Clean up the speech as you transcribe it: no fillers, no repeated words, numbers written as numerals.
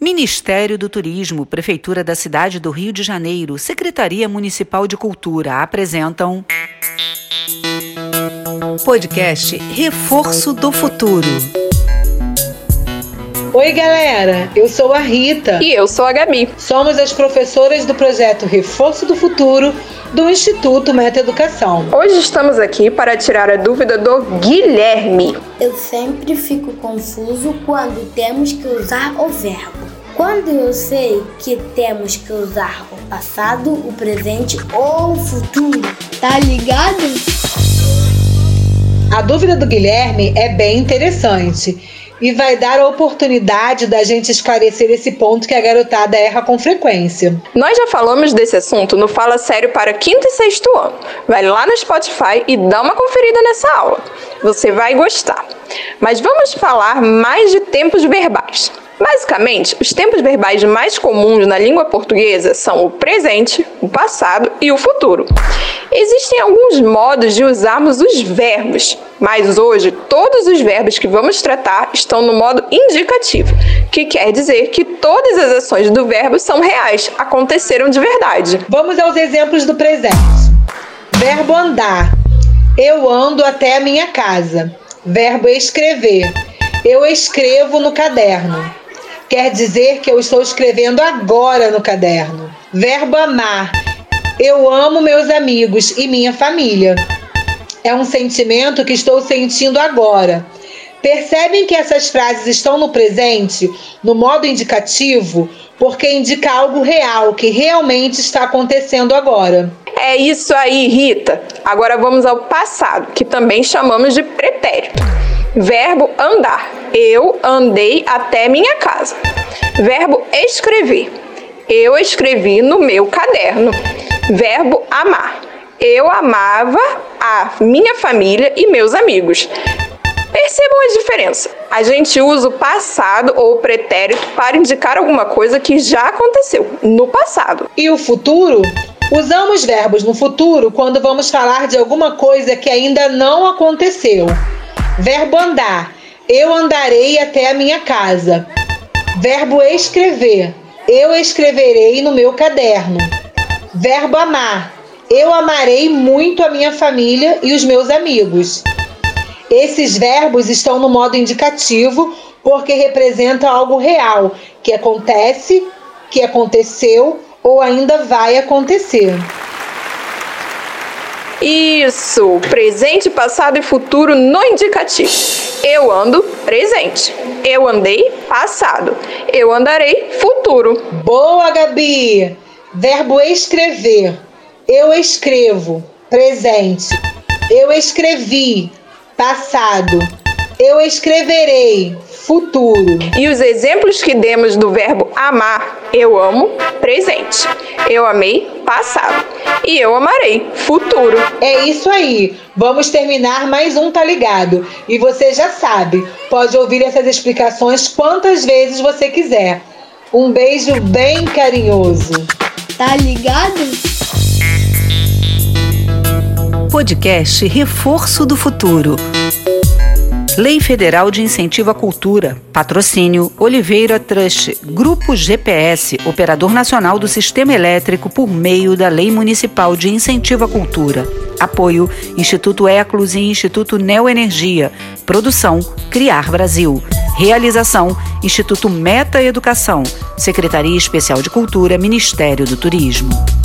Ministério do Turismo, Prefeitura da Cidade do Rio de Janeiro, Secretaria Municipal de Cultura apresentam podcast Reforço do Futuro. Oi galera, eu sou a Rita. E eu sou a Gabi. Somos as professoras do projeto Reforço do Futuro do Instituto Meta Educação. Hoje estamos aqui para tirar a dúvida do Guilherme. Eu sempre fico confuso quando temos que usar o verbo. Quando eu sei que temos que usar o passado, o presente ou o futuro, tá ligado? A dúvida do Guilherme é bem interessante e vai dar a oportunidade da gente esclarecer esse ponto que a garotada erra com frequência. Nós já falamos desse assunto no Fala Sério para 5º e 6º ano. Vai lá no Spotify e dá uma conferida nessa aula. Você vai gostar. Mas vamos falar mais de tempos verbais. Basicamente, os tempos verbais mais comuns na língua portuguesa são o presente, o passado e o futuro. Existem alguns modos de usarmos os verbos, mas hoje todos os verbos que vamos tratar estão no modo indicativo, que quer dizer que todas as ações do verbo são reais, aconteceram de verdade. Vamos aos exemplos do presente. Verbo andar. Eu ando até a minha casa. Verbo escrever. Eu escrevo no caderno. Quer dizer que eu estou escrevendo agora no caderno. Verbo amar. Eu amo meus amigos e minha família. É um sentimento que estou sentindo agora. Percebem que essas frases estão no presente, no modo indicativo, porque indica algo real, que realmente está acontecendo agora. É isso aí, Rita. Agora vamos ao passado, que também chamamos de pretérito. Verbo andar. Eu andei até minha casa. Verbo escrever. Eu escrevi no meu caderno. Verbo amar. Eu amava a minha família e meus amigos. Percebam a diferença. A gente usa o passado ou o pretérito para indicar alguma coisa que já aconteceu no passado. E o futuro? Usamos verbos no futuro quando vamos falar de alguma coisa que ainda não aconteceu. Verbo andar. Eu andarei até a minha casa. Verbo escrever. Eu escreverei no meu caderno. Verbo amar. Eu amarei muito a minha família e os meus amigos. Esses verbos estão no modo indicativo porque representam algo real, que acontece, que aconteceu ou ainda vai acontecer. Isso! Presente, passado e futuro no indicativo. Eu ando, presente. Eu andei, passado. Eu andarei, futuro. Boa, Gabi! Verbo escrever. Eu escrevo, presente. Eu escrevi, passado. Eu escreverei, futuro. E os exemplos que demos do verbo amar, eu amo, presente. Eu amei, passado. E eu amarei, futuro. É isso aí. Vamos terminar mais um Tá Ligado. E você já sabe, pode ouvir essas explicações quantas vezes você quiser. Um beijo bem carinhoso. Tá ligado? Podcast Reforço do Futuro. Lei Federal de Incentivo à Cultura. Patrocínio Oliveira Trust. Grupo GPS, Operador Nacional do Sistema Elétrico por meio da Lei Municipal de Incentivo à Cultura. Apoio Instituto Eclos e Instituto Neoenergia. Produção Criar Brasil. Realização Instituto Meta Educação. Secretaria Especial de Cultura, Ministério do Turismo.